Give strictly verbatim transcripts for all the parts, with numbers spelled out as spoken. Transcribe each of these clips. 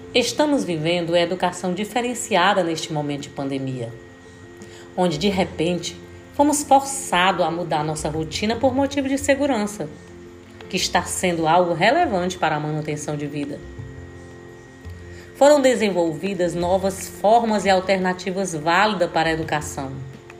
Estamos vivendo a educação diferenciada neste momento de pandemia, onde de repente fomos forçados a mudar nossa rotina por motivo de segurança, que está sendo algo relevante para a manutenção de vida. Foram desenvolvidas novas formas e alternativas válidas para a educação.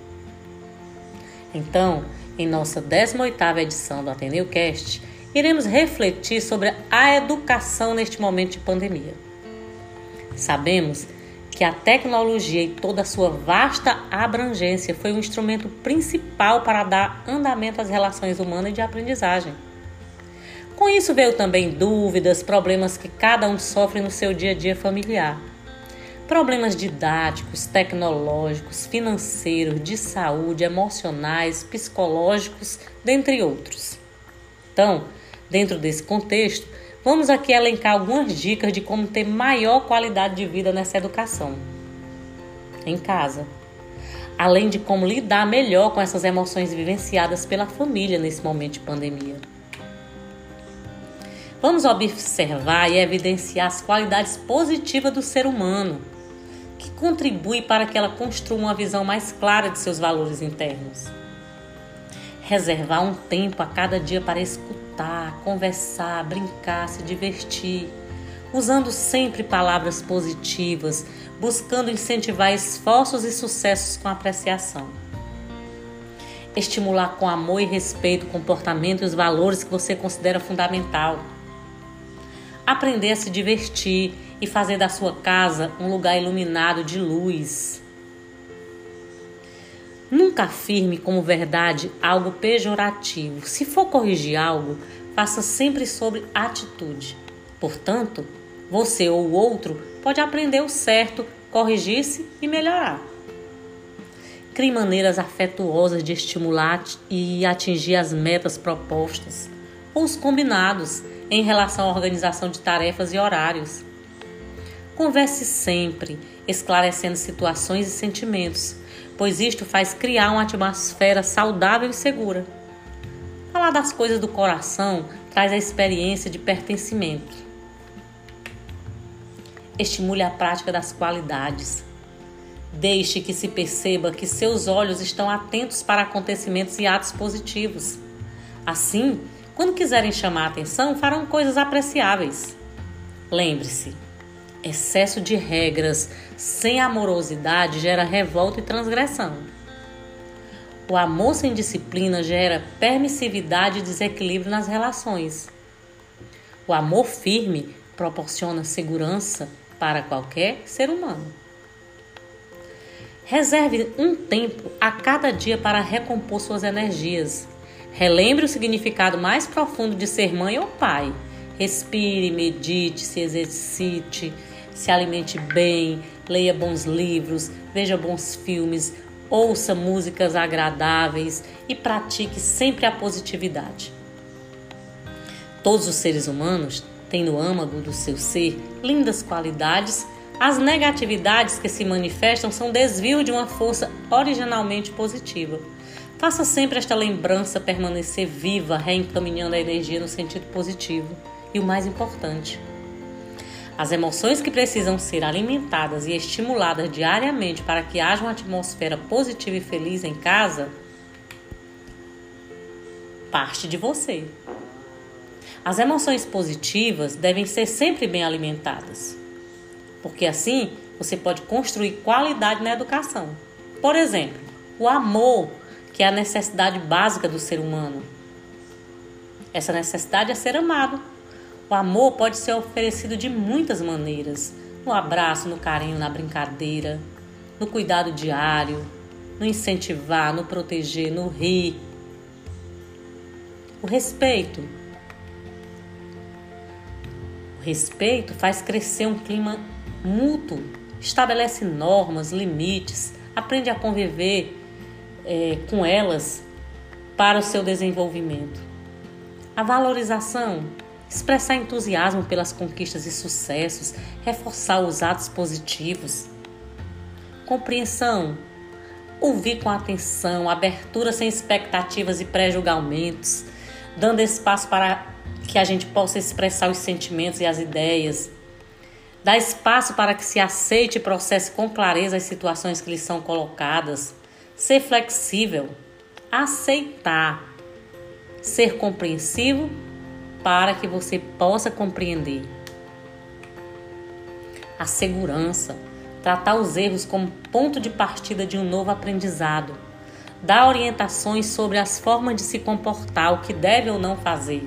Então, em nossa décima oitava edição do AteneoCast, iremos refletir sobre a educação neste momento de pandemia. Sabemos que a tecnologia e toda a sua vasta abrangência foi um instrumento principal para dar andamento às relações humanas e de aprendizagem. Com isso veio também dúvidas, problemas que cada um sofre no seu dia a dia familiar. Problemas didáticos, tecnológicos, financeiros, de saúde, emocionais, psicológicos, dentre outros. Então, dentro desse contexto, vamos aqui elencar algumas dicas de como ter maior qualidade de vida nessa educação em casa, além de como lidar melhor com essas emoções vivenciadas pela família nesse momento de pandemia. Vamos observar e evidenciar as qualidades positivas do ser humano, que contribui para que ela construa uma visão mais clara de seus valores internos. Reservar um tempo a cada dia para escutar, conversar, brincar, se divertir, usando sempre palavras positivas, buscando incentivar esforços e sucessos com apreciação. Estimular com amor e respeito o comportamento e os valores que você considera fundamental. Aprender a se divertir e fazer da sua casa um lugar iluminado de luz. Nunca afirme como verdade algo pejorativo. Se for corrigir algo, faça sempre sobre atitude. Portanto, você ou o outro pode aprender o certo, corrigir-se e melhorar. Crie maneiras afetuosas de estimular e atingir as metas propostas ou os combinados em relação à organização de tarefas e horários. Converse sempre, esclarecendo situações e sentimentos, pois isto faz criar uma atmosfera saudável e segura. Falar das coisas do coração traz a experiência de pertencimento. Estimule a prática das qualidades. Deixe que se perceba que seus olhos estão atentos para acontecimentos e atos positivos. Assim, quando quiserem chamar a atenção, farão coisas apreciáveis. Lembre-se, excesso de regras sem amorosidade gera revolta e transgressão. O amor sem disciplina gera permissividade e desequilíbrio nas relações. O amor firme proporciona segurança para qualquer ser humano. Reserve um tempo a cada dia para recompor suas energias. Relembre o significado mais profundo de ser mãe ou pai. Respire, medite, se exercite, se alimente bem, leia bons livros, veja bons filmes, ouça músicas agradáveis e pratique sempre a positividade. Todos os seres humanos têm no âmago do seu ser lindas qualidades. As negatividades que se manifestam são desvio de uma força originalmente positiva. Faça sempre esta lembrança permanecer viva, reencaminhando a energia no sentido positivo. E o mais importante, as emoções que precisam ser alimentadas e estimuladas diariamente para que haja uma atmosfera positiva e feliz em casa, parte de você. As emoções positivas devem ser sempre bem alimentadas, porque assim você pode construir qualidade na educação. Por exemplo, o amor, que é a necessidade básica do ser humano. Essa necessidade é ser amado. O amor pode ser oferecido de muitas maneiras. No abraço, no carinho, na brincadeira, no cuidado diário, no incentivar, no proteger, no rir. O respeito. O respeito faz crescer um clima mútuo, estabelece normas, limites, aprende a conviver É, com elas para o seu desenvolvimento. A valorização, expressar entusiasmo pelas conquistas e sucessos, reforçar os atos positivos. Compreensão, ouvir com atenção, abertura sem expectativas e pré-julgamentos, dando espaço para que a gente possa expressar os sentimentos e as ideias. Dá espaço para que se aceite e processe com clareza as situações que lhe são colocadas. Ser flexível. Aceitar. Ser compreensivo para que você possa compreender. A segurança. Tratar os erros como ponto de partida de um novo aprendizado. Dar orientações sobre as formas de se comportar, o que deve ou não fazer.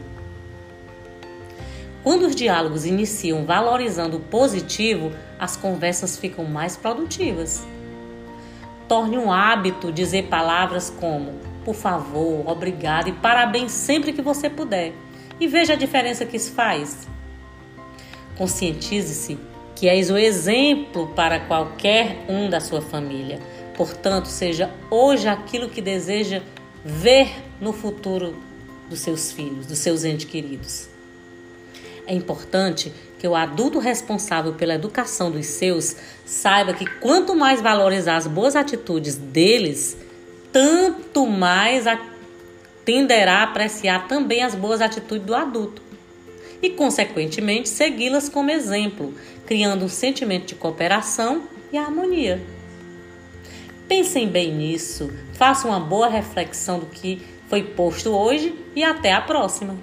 Quando os diálogos iniciam valorizando o positivo, as conversas ficam mais produtivas. Torne um hábito dizer palavras como por favor, obrigado e parabéns sempre que você puder. E veja a diferença que isso faz. Conscientize-se que és o exemplo para qualquer um da sua família. Portanto, seja hoje aquilo que deseja ver no futuro dos seus filhos, dos seus entes queridos. É importante que o adulto responsável pela educação dos seus saiba que quanto mais valorizar as boas atitudes deles, tanto mais a tenderá a apreciar também as boas atitudes do adulto e, consequentemente, segui-las como exemplo, criando um sentimento de cooperação e harmonia. Pensem bem nisso, façam uma boa reflexão do que foi posto hoje e até a próxima.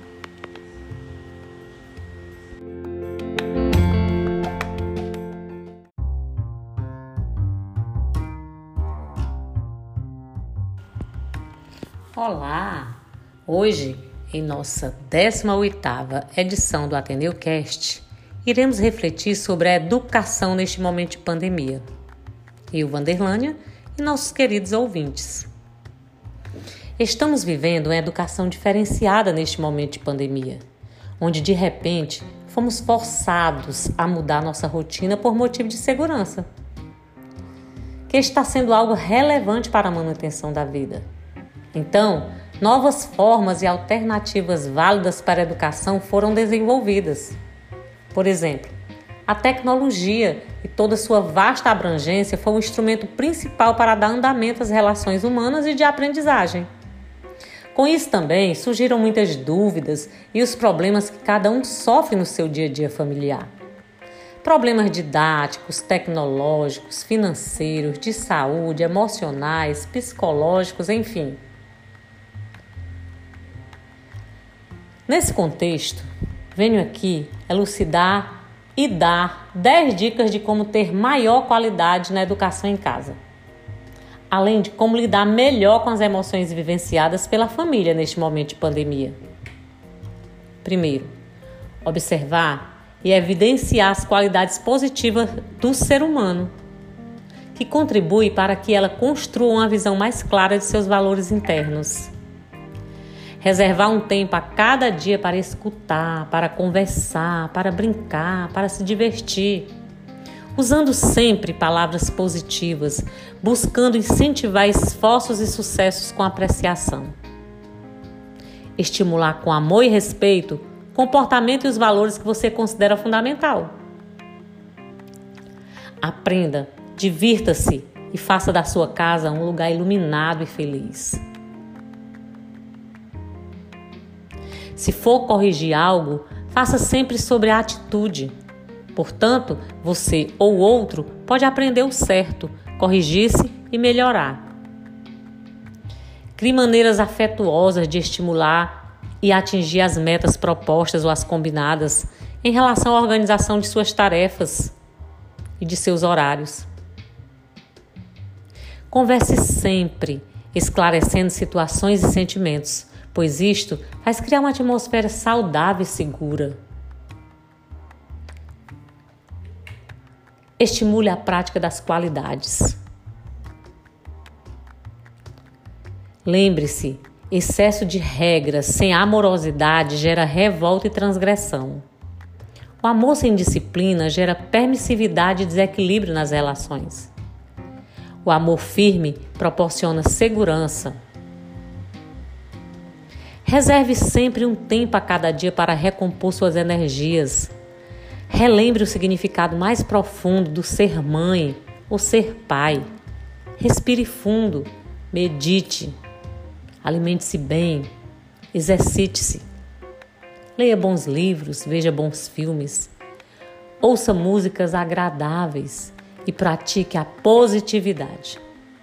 Olá! Hoje, em nossa décima oitava edição do Ateneu Cast, iremos refletir sobre a educação neste momento de pandemia. Eu, Vanderlânia, e nossos queridos ouvintes. Estamos vivendo uma educação diferenciada neste momento de pandemia, onde de repente fomos forçados a mudar nossa rotina por motivo de segurança, que está sendo algo relevante para a manutenção da vida. Então, novas formas e alternativas válidas para a educação foram desenvolvidas. Por exemplo, a tecnologia e toda sua vasta abrangência foi o instrumento principal para dar andamento às relações humanas e de aprendizagem. Com isso também surgiram muitas dúvidas e os problemas que cada um sofre no seu dia a dia familiar. Problemas didáticos, tecnológicos, financeiros, de saúde, emocionais, psicológicos, enfim. Nesse contexto, venho aqui elucidar e dar dez dicas de como ter maior qualidade na educação em casa, além de como lidar melhor com as emoções vivenciadas pela família neste momento de pandemia. Primeiro, observar e evidenciar as qualidades positivas do ser humano, que contribui para que ela construa uma visão mais clara de seus valores internos. Reservar um tempo a cada dia para escutar, para conversar, para brincar, para se divertir. Usando sempre palavras positivas, buscando incentivar esforços e sucessos com apreciação. Estimular com amor e respeito o comportamento e os valores que você considera fundamental. Aprenda, divirta-se e faça da sua casa um lugar iluminado e feliz. Se for corrigir algo, faça sempre sobre a atitude. Portanto, você ou outro pode aprender o certo, corrigir-se e melhorar. Crie maneiras afetuosas de estimular e atingir as metas propostas ou as combinadas em relação à organização de suas tarefas e de seus horários. Converse sempre, esclarecendo situações e sentimentos, pois isto faz criar uma atmosfera saudável e segura. Estimule a prática das qualidades. Lembre-se, excesso de regras sem amorosidade gera revolta e transgressão. O amor sem disciplina gera permissividade e desequilíbrio nas relações. O amor firme proporciona segurança. Reserve sempre um tempo a cada dia para recompor suas energias. Relembre o significado mais profundo do ser mãe ou ser pai. Respire fundo, medite, alimente-se bem, exercite-se. Leia bons livros, veja bons filmes. ouça músicas agradáveis e pratique a positividade.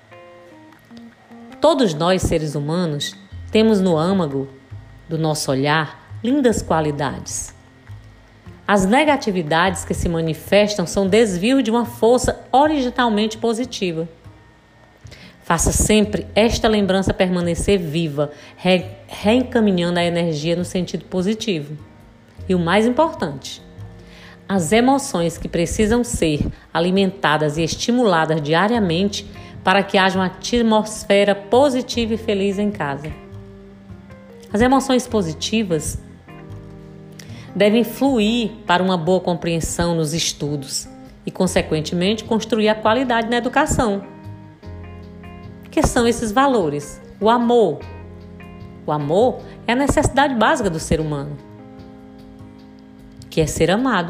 Todos nós, seres humanos, temos no âmago do nosso olhar lindas qualidades. As negatividades que se manifestam são desvio de uma força originalmente positiva. Faça sempre esta lembrança permanecer viva, re- reencaminhando a energia no sentido positivo. E o mais importante, as emoções que precisam ser alimentadas e estimuladas diariamente para que haja uma atmosfera positiva e feliz em casa. As emoções positivas devem fluir para uma boa compreensão nos estudos e, consequentemente, construir a qualidade na educação. Que são esses valores? O amor. O amor é a necessidade básica do ser humano, que é ser amado.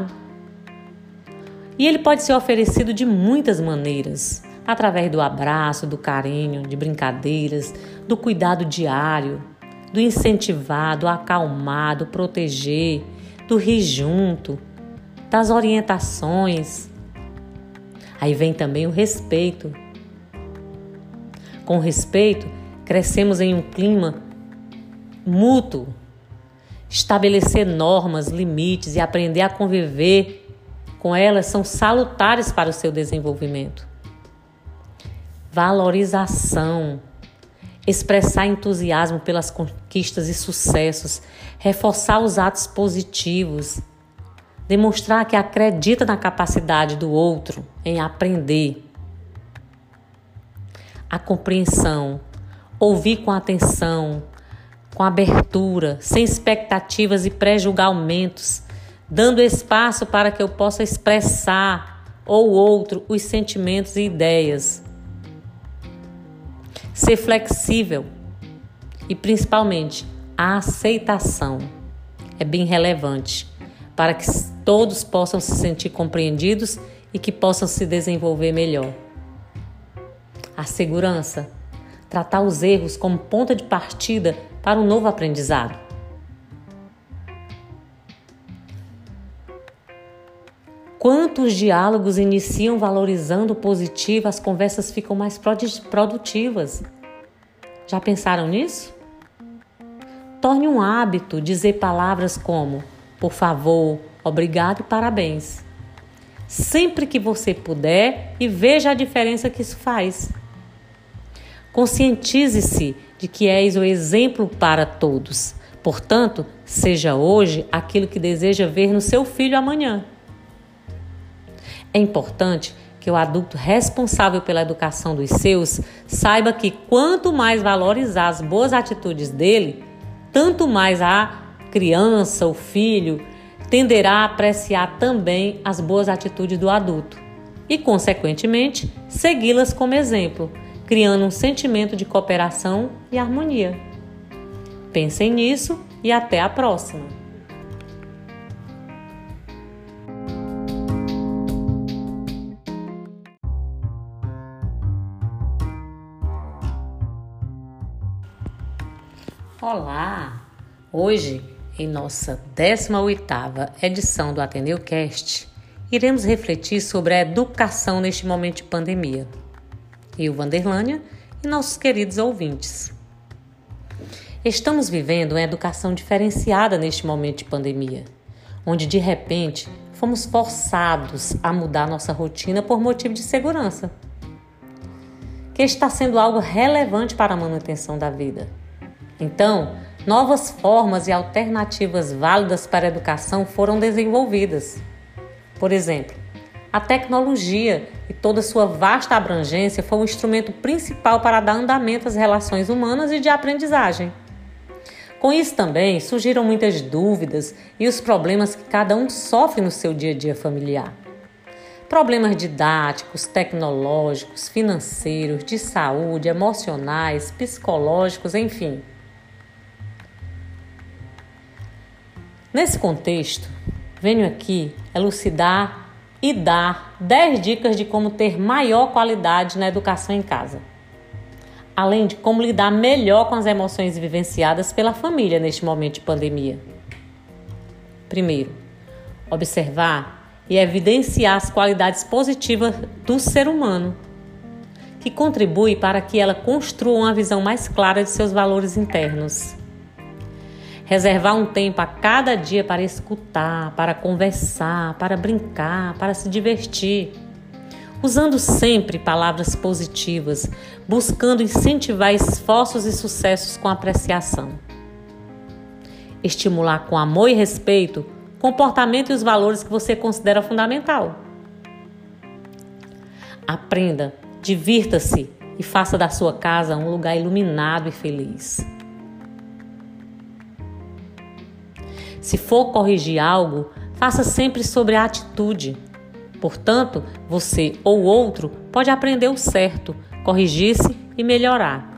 E ele pode ser oferecido de muitas maneiras, através do abraço, do carinho, de brincadeiras, do cuidado diário, do incentivar, do acalmar, do proteger, do rir junto, das orientações. Aí vem também o respeito. Com respeito, crescemos em um clima mútuo. Estabelecer normas, limites e aprender a conviver com elas são salutares para o seu desenvolvimento. Valorização, expressar entusiasmo pelas conquistas e sucessos, reforçar os atos positivos, demonstrar que acredita na capacidade do outro em aprender. A compreensão, ouvir com atenção, com abertura, sem expectativas e pré-julgamentos, dando espaço para que eu possa expressar ou outro os sentimentos e ideias. Ser flexível e, principalmente, a aceitação é bem relevante para que todos possam se sentir compreendidos e que possam se desenvolver melhor. A segurança, tratar os erros como ponta de partida para um novo aprendizado. Quantos diálogos iniciam valorizando o positivo, as conversas ficam mais produtivas. Já pensaram nisso? Torne um hábito dizer palavras como por favor, obrigado e parabéns. Sempre que você puder e veja a diferença que isso faz. Conscientize-se de que és o exemplo para todos. Portanto, seja hoje aquilo que deseja ver no seu filho amanhã. É importante que o adulto responsável pela educação dos seus saiba que quanto mais valorizar as boas atitudes dele, tanto mais a criança, o filho, tenderá a apreciar também as boas atitudes do adulto e, consequentemente, segui-las como exemplo, criando um sentimento de cooperação e harmonia. Pensem nisso e até a próxima! Olá! Hoje, em nossa décima oitava edição do Ateneu Cast, iremos refletir sobre a educação neste momento de pandemia. Eu, Vanderlânia, e nossos queridos ouvintes. Estamos vivendo uma educação diferenciada neste momento de pandemia, onde de repente fomos forçados a mudar nossa rotina por motivo de segurança, que está sendo algo relevante para a manutenção da vida. Então, novas formas e alternativas válidas para a educação foram desenvolvidas. Por exemplo, a tecnologia e toda sua vasta abrangência foi um instrumento principal para dar andamento às relações humanas e de aprendizagem. Com isso também surgiram muitas dúvidas e os problemas que cada um sofre no seu dia a dia familiar. Problemas didáticos, tecnológicos, financeiros, de saúde, emocionais, psicológicos, enfim. Nesse contexto, venho aqui elucidar e dar dez dicas de como ter maior qualidade na educação em casa, além de como lidar melhor com as emoções vivenciadas pela família neste momento de pandemia. Primeiro, observar e evidenciar as qualidades positivas do ser humano, que contribui para que ela construa uma visão mais clara de seus valores internos. Reservar um tempo a cada dia para escutar, para conversar, para brincar, para se divertir, usando sempre palavras positivas, buscando incentivar esforços e sucessos com apreciação. Estimular com amor e respeito o comportamento e os valores que você considera fundamental. Aprenda, divirta-se e faça da sua casa um lugar iluminado e feliz. Se for corrigir algo, faça sempre sobre a atitude. Portanto, você ou outro pode aprender o certo, corrigir-se e melhorar.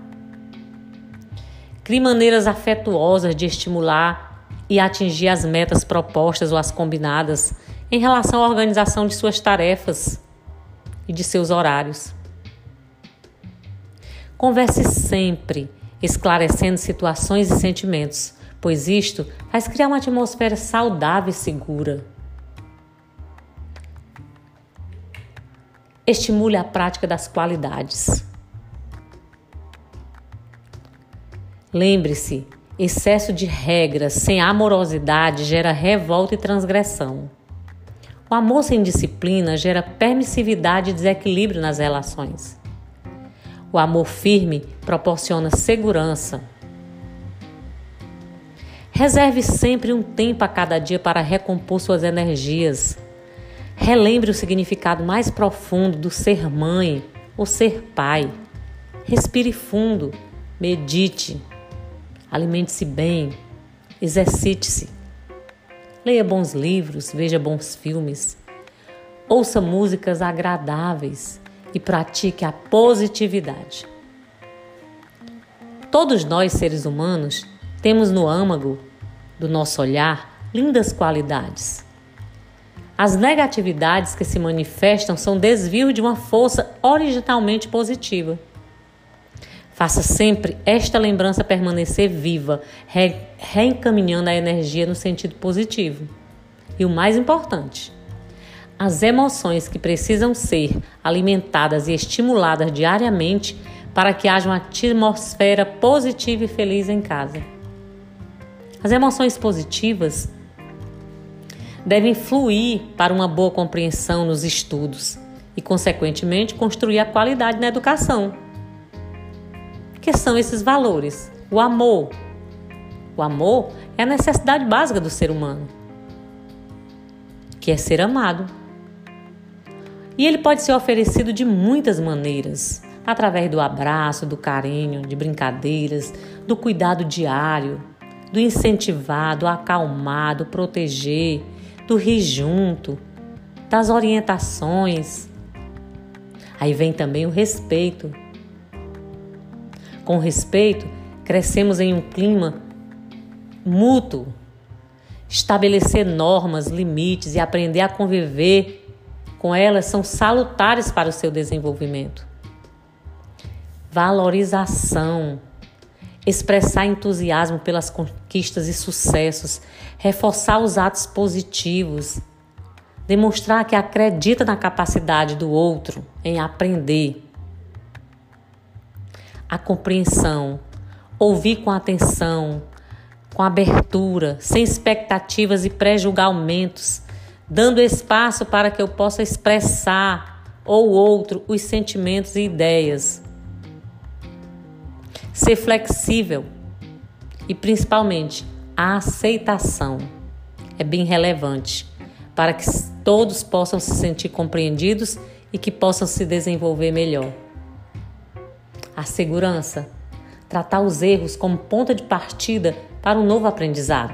Crie maneiras afetuosas de estimular e atingir as metas propostas ou as combinadas em relação à organização de suas tarefas e de seus horários. Converse sempre, esclarecendo situações e sentimentos, pois isto faz criar uma atmosfera saudável e segura. Estimule a prática das qualidades. Lembre-se, excesso de regras sem amorosidade gera revolta e transgressão. O amor sem disciplina gera permissividade e desequilíbrio nas relações. O amor firme proporciona segurança. Reserve sempre um tempo a cada dia para recompor suas energias. Relembre o significado mais profundo do ser mãe ou ser pai. Respire fundo, medite, alimente-se bem, exercite-se. Leia bons livros, veja bons filmes, ouça músicas agradáveis e pratique a positividade. Todos nós, seres humanos, temos no âmago do nosso olhar lindas qualidades. As negatividades que se manifestam são desvio de uma força originalmente positiva. Faça sempre esta lembrança permanecer viva, re- reencaminhando a energia no sentido positivo. E o mais importante, as emoções que precisam ser alimentadas e estimuladas diariamente para que haja uma atmosfera positiva e feliz em casa. As emoções positivas devem fluir para uma boa compreensão nos estudos e, consequentemente, construir a qualidade na educação. O que são esses valores? O amor. O amor é a necessidade básica do ser humano, que é ser amado. E ele pode ser oferecido de muitas maneiras, através do abraço, do carinho, de brincadeiras, do cuidado diário, do incentivar, do acalmar, do proteger, do rir junto, das orientações. Aí vem também o respeito. Com respeito, crescemos em um clima mútuo. Estabelecer normas, limites e aprender a conviver com elas são salutares para o seu desenvolvimento. Valorização. Expressar entusiasmo pelas conquistas e sucessos, reforçar os atos positivos, demonstrar que acredita na capacidade do outro em aprender. A compreensão, ouvir com atenção, com abertura, sem expectativas e pré-julgamentos, dando espaço para que eu possa expressar ou outro os sentimentos e ideias. Ser flexível e, principalmente, a aceitação é bem relevante para que todos possam se sentir compreendidos e que possam se desenvolver melhor. A segurança, tratar os erros como ponta de partida para um novo aprendizado.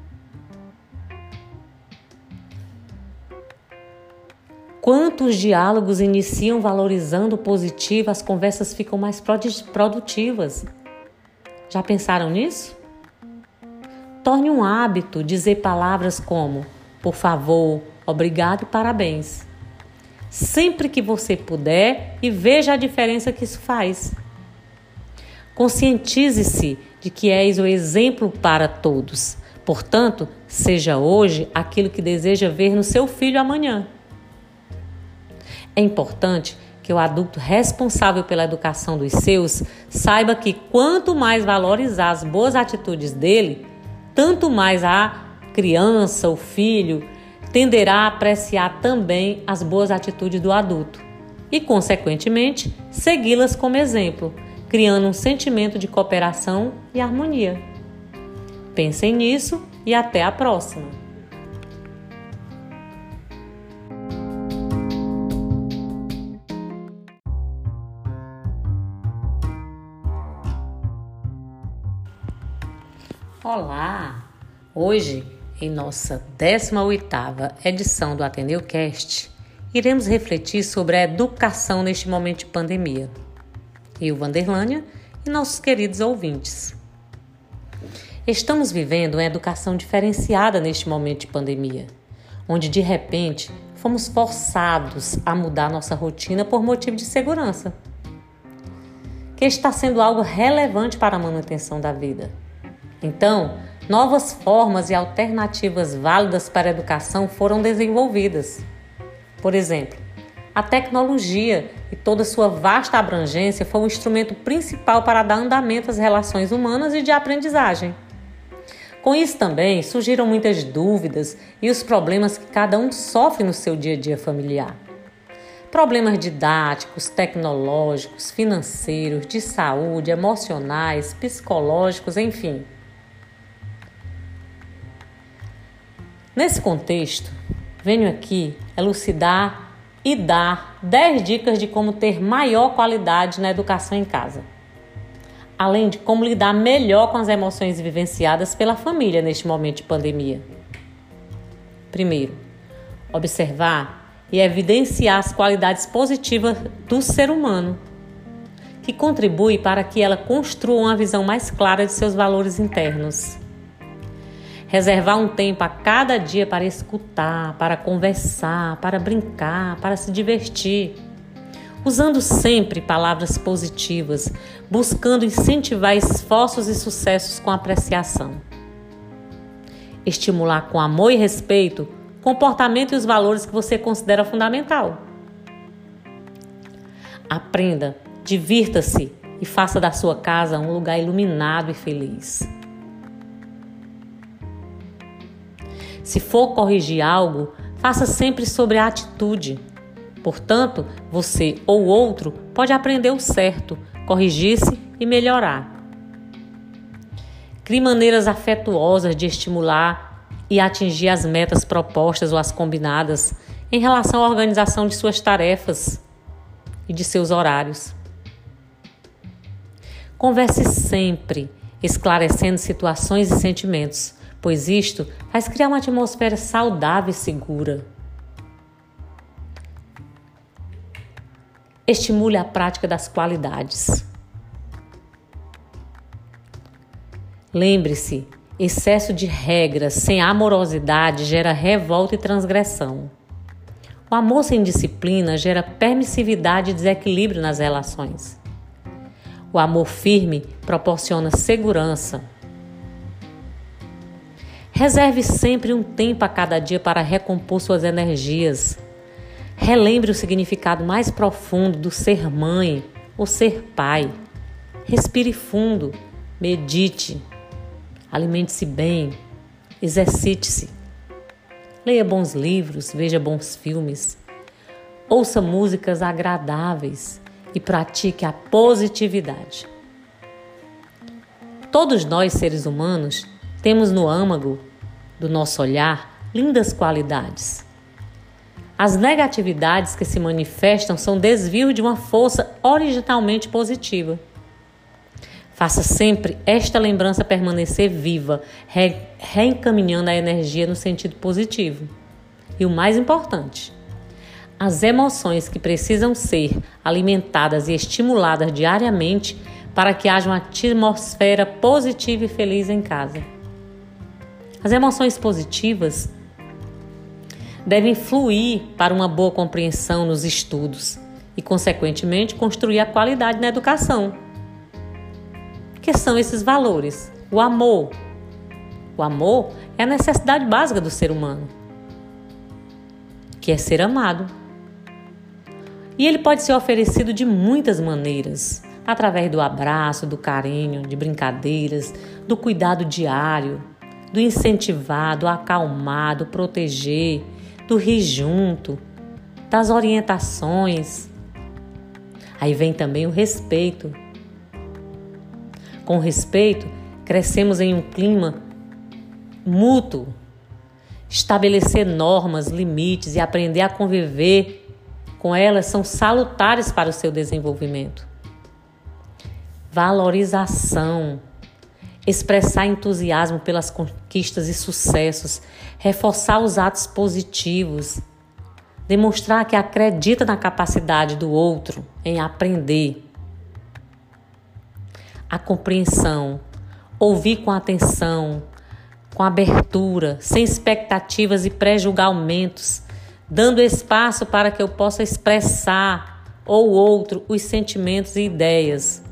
Quantos diálogos iniciam valorizando o positivo, as conversas ficam mais produtivas. Já pensaram nisso? Torne um hábito dizer palavras como por favor, obrigado e parabéns. Sempre que você puder e veja a diferença que isso faz. Conscientize-se de que és o exemplo para todos, Portanto, seja hoje aquilo que deseja ver no seu filho amanhã. É importante que o adulto responsável pela educação dos seus saiba que quanto mais valorizar as boas atitudes dele, tanto mais a criança, o filho, tenderá a apreciar também as boas atitudes do adulto e, consequentemente, segui-las como exemplo, criando um sentimento de cooperação e harmonia. Pensem nisso e até a próxima! Olá! Hoje, em nossa décima oitava edição do Ateneu Cast, iremos refletir sobre a educação neste momento de pandemia. Eu, Wanderlânia, e nossos queridos ouvintes. Estamos vivendo uma educação diferenciada neste momento de pandemia, onde de repente fomos forçados a mudar nossa rotina por motivo de segurança, que está sendo algo relevante para a manutenção da vida. Então, novas formas e alternativas válidas para a educação foram desenvolvidas. Por exemplo, a tecnologia e toda sua vasta abrangência foi o instrumento principal para dar andamento às relações humanas e de aprendizagem. Com isso também surgiram muitas dúvidas e os problemas que cada um sofre no seu dia a dia familiar. Problemas didáticos, tecnológicos, financeiros, de saúde, emocionais, psicológicos, enfim. Nesse contexto, venho aqui elucidar e dar dez dicas de como ter maior qualidade na educação em casa, além de como lidar melhor com as emoções vivenciadas pela família neste momento de pandemia. Primeiro, observar e evidenciar as qualidades positivas do ser humano, que contribui para que ela construa uma visão mais clara de seus valores internos. Reservar um tempo a cada dia para escutar, para conversar, para brincar, para se divertir. Usando sempre palavras positivas, buscando incentivar esforços e sucessos com apreciação. Estimular com amor e respeito o comportamento e os valores que você considera fundamental. Aprenda, divirta-se e faça da sua casa um lugar iluminado e feliz. Se for corrigir algo, faça sempre sobre a atitude. Portanto, você ou outro pode aprender o certo, corrigir-se e melhorar. Crie maneiras afetuosas de estimular e atingir as metas propostas ou as combinadas em relação à organização de suas tarefas e de seus horários. Converse sempre, esclarecendo situações e sentimentos, pois isto faz criar uma atmosfera saudável e segura. Estimule a prática das qualidades. Lembre-se, excesso de regras sem amorosidade gera revolta e transgressão. O amor sem disciplina gera permissividade e desequilíbrio nas relações. O amor firme proporciona segurança. Reserve sempre um tempo a cada dia para recompor suas energias. Relembre o significado mais profundo do ser mãe ou ser pai. Respire fundo, medite, alimente-se bem, exercite-se. Leia bons livros, veja bons filmes, ouça músicas agradáveis e pratique a positividade. Todos nós, seres humanos, temos no âmago do nosso olhar lindas qualidades. As negatividades que se manifestam são desvio de uma força originalmente positiva. Faça sempre esta lembrança permanecer viva, re- reencaminhando a energia no sentido positivo. E o mais importante, as emoções que precisam ser alimentadas e estimuladas diariamente para que haja uma atmosfera positiva e feliz em casa. As emoções positivas devem fluir para uma boa compreensão nos estudos e, consequentemente, construir a qualidade na educação. Que são esses valores? O amor, O amor é a necessidade básica do ser humano, que é ser amado. E ele pode ser oferecido de muitas maneiras, através do abraço, do carinho, de brincadeiras, do cuidado diário, do incentivar, do acalmar, do proteger, do rir junto, das orientações. Aí vem também o respeito. Com respeito, crescemos em um clima mútuo. Estabelecer normas, limites e aprender a conviver com elas são salutares para o seu desenvolvimento. Valorização, expressar entusiasmo pelas conquistas e sucessos, reforçar os atos positivos, demonstrar que acredita na capacidade do outro em aprender. A compreensão, ouvir com atenção, com abertura, sem expectativas e pré-julgamentos, dando espaço para que eu possa expressar ou outro os sentimentos e ideias.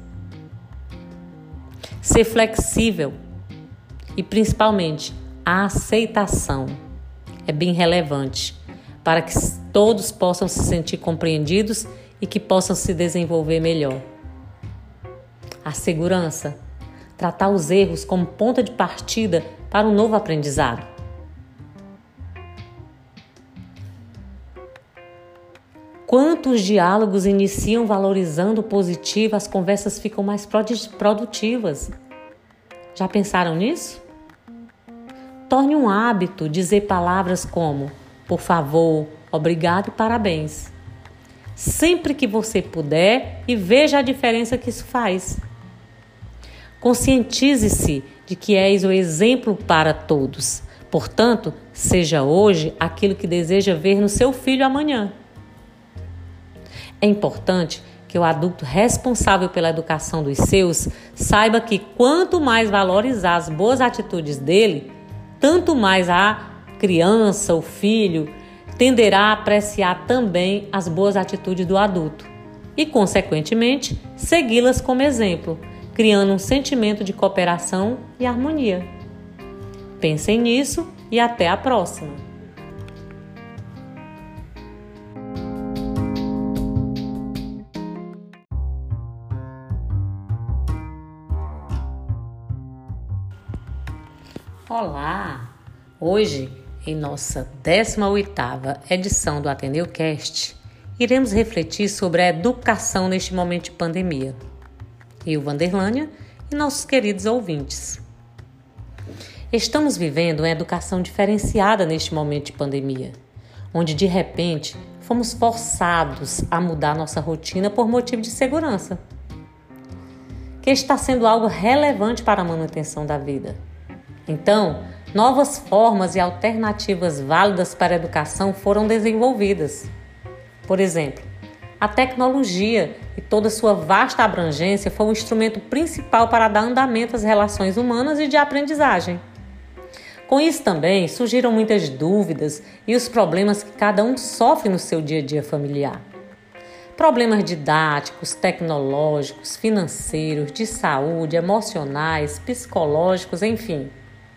Ser flexível e, principalmente, a aceitação é bem relevante para que todos possam se sentir compreendidos e que possam se desenvolver melhor. A segurança, tratar os erros como ponta de partida para um novo aprendizado. Quantos diálogos iniciam valorizando o positivo, as conversas ficam mais produtivas. Já pensaram nisso? Torne um hábito dizer palavras como por favor, obrigado e parabéns. Sempre que você puder e veja a diferença que isso faz. Conscientize-se de que és o exemplo para todos. Portanto, seja hoje aquilo que deseja ver no seu filho amanhã. É importante que o adulto responsável pela educação dos seus saiba que quanto mais valorizar as boas atitudes dele, tanto mais a criança, o filho, tenderá a apreciar também as boas atitudes do adulto e, consequentemente, segui-las como exemplo, criando um sentimento de cooperação e harmonia. Pensem nisso e até a próxima! Olá! Hoje, em nossa décima oitava edição do AteneuCast, iremos refletir sobre a educação neste momento de pandemia. Eu, Vanderlânia, e nossos queridos ouvintes. Estamos vivendo uma educação diferenciada neste momento de pandemia, onde, de repente, fomos forçados a mudar nossa rotina por motivo de segurança, que está sendo algo relevante para a manutenção da vida. Então, novas formas e alternativas válidas para a educação foram desenvolvidas. Por exemplo, a tecnologia e toda sua vasta abrangência foi o instrumento principal para dar andamento às relações humanas e de aprendizagem. Com isso também surgiram muitas dúvidas e os problemas que cada um sofre no seu dia a dia familiar. Problemas didáticos, tecnológicos, financeiros, de saúde, emocionais, psicológicos, enfim.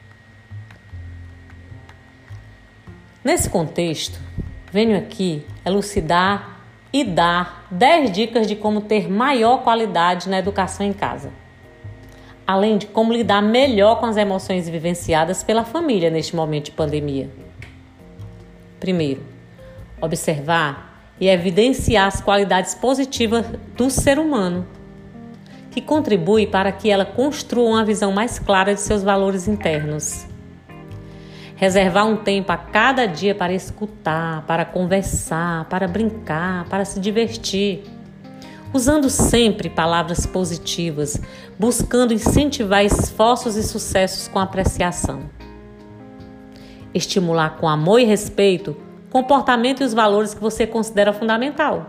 Nesse contexto, venho aqui elucidar e dar dez dicas de como ter maior qualidade na educação em casa, além de como lidar melhor com as emoções vivenciadas pela família neste momento de pandemia. Primeiro, observar e evidenciar as qualidades positivas do ser humano, que contribui para que ela construa uma visão mais clara de seus valores internos. Reservar um tempo a cada dia para escutar, para conversar, para brincar, para se divertir. Usando sempre palavras positivas, buscando incentivar esforços e sucessos com apreciação. Estimular com amor e respeito comportamento e os valores que você considera fundamental.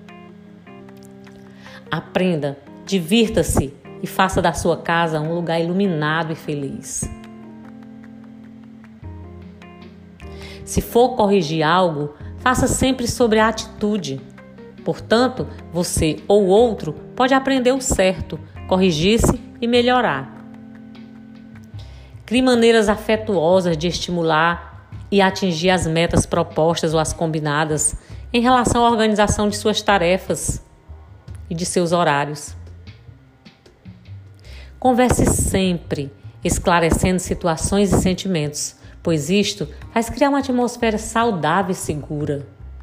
Aprenda, divirta-se e faça da sua casa um lugar iluminado e feliz. Se for corrigir algo, faça sempre sobre a atitude. Portanto, você ou outro pode aprender o certo, corrigir-se e melhorar. Crie maneiras afetuosas de estimular e atingir as metas propostas ou as combinadas em relação à organização de suas tarefas e de seus horários. Converse sempre, esclarecendo situações e sentimentos, pois isto faz criar uma atmosfera saudável e segura.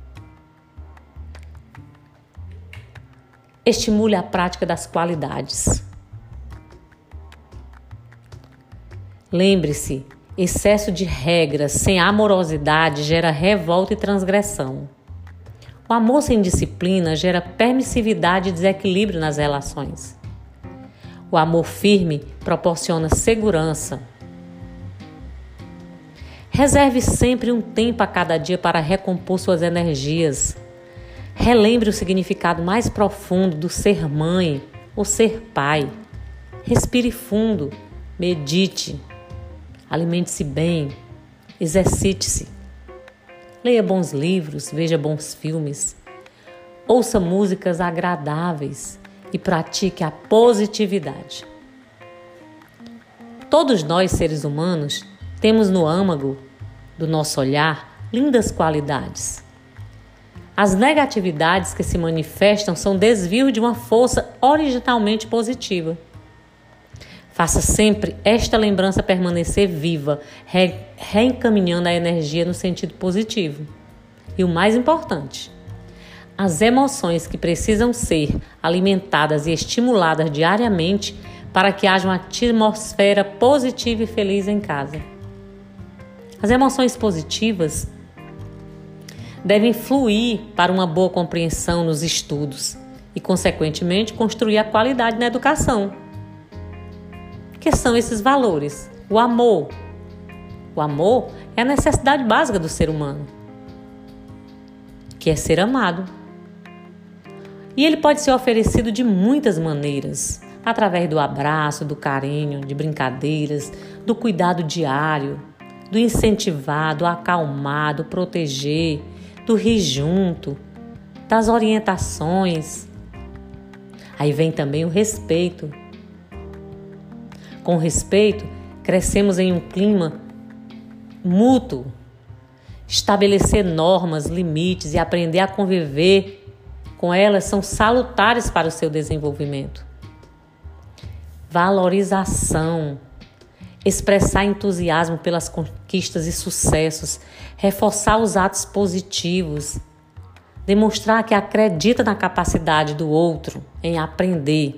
Estimule a prática das qualidades. Lembre-se, excesso de regras sem amorosidade gera revolta e transgressão. O amor sem disciplina gera permissividade e desequilíbrio nas relações. O amor firme proporciona segurança. Reserve sempre um tempo a cada dia para recompor suas energias. Relembre o significado mais profundo do ser mãe ou ser pai. Respire fundo, medite, alimente-se bem, exercite-se. Leia bons livros, veja bons filmes, ouça músicas agradáveis e pratique a positividade. Todos nós, seres humanos, temos no âmago do nosso olhar lindas qualidades. As negatividades que se manifestam são desvio de uma força originalmente positiva. Faça sempre esta lembrança permanecer viva, re- reencaminhando a energia no sentido positivo. E o mais importante, as emoções que precisam ser alimentadas e estimuladas diariamente para que haja uma atmosfera positiva e feliz em casa. As emoções positivas devem fluir para uma boa compreensão nos estudos e, consequentemente, construir a qualidade na educação. Que são esses valores? O amor. O amor é a necessidade básica do ser humano, que é ser amado. E ele pode ser oferecido de muitas maneiras, através do abraço, do carinho, de brincadeiras, do cuidado diário, do incentivar, do acalmar, do proteger, do rir junto, das orientações. Aí vem também o respeito. Com respeito, crescemos em um clima mútuo. Estabelecer normas, limites e aprender a conviver com elas são salutares para o seu desenvolvimento. Valorização. Expressar entusiasmo pelas conquistas e sucessos. Reforçar os atos positivos. Demonstrar que acredita na capacidade do outro em aprender.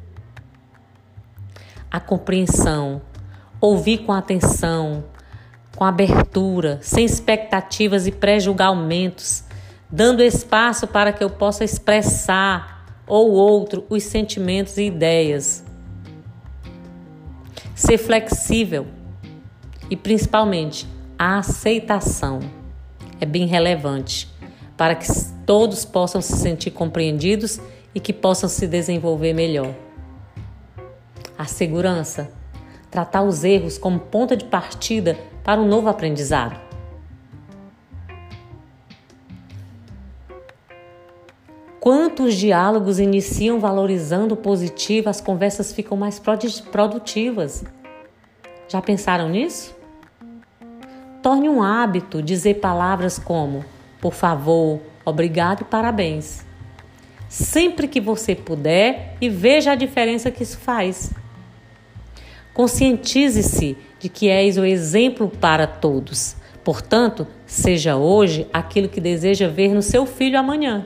A compreensão. Ouvir com atenção, com abertura, sem expectativas e pré-julgamentos, dando espaço para que eu possa expressar ou outro os sentimentos e ideias. Ser flexível e, principalmente, a aceitação é bem relevante para que todos possam se sentir compreendidos e que possam se desenvolver melhor. A segurança, tratar os erros como ponto de partida para um novo aprendizado. Quantos diálogos iniciam valorizando o positivo, as conversas ficam mais produtivas. Já pensaram nisso? Torne um hábito dizer palavras como por favor, obrigado e parabéns. Sempre que você puder e veja a diferença que isso faz. Conscientize-se de que és o exemplo para todos. Portanto, seja hoje aquilo que deseja ver no seu filho amanhã.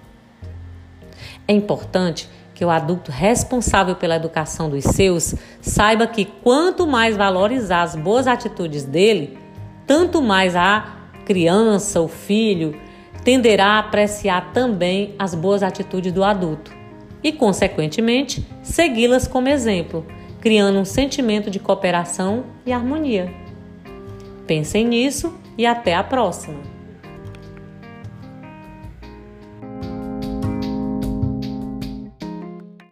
É importante que o adulto responsável pela educação dos seus saiba que quanto mais valorizar as boas atitudes dele, tanto mais a criança, o filho, tenderá a apreciar também as boas atitudes do adulto e, consequentemente, segui-las como exemplo, criando um sentimento de cooperação e harmonia. Pensem nisso e até a próxima!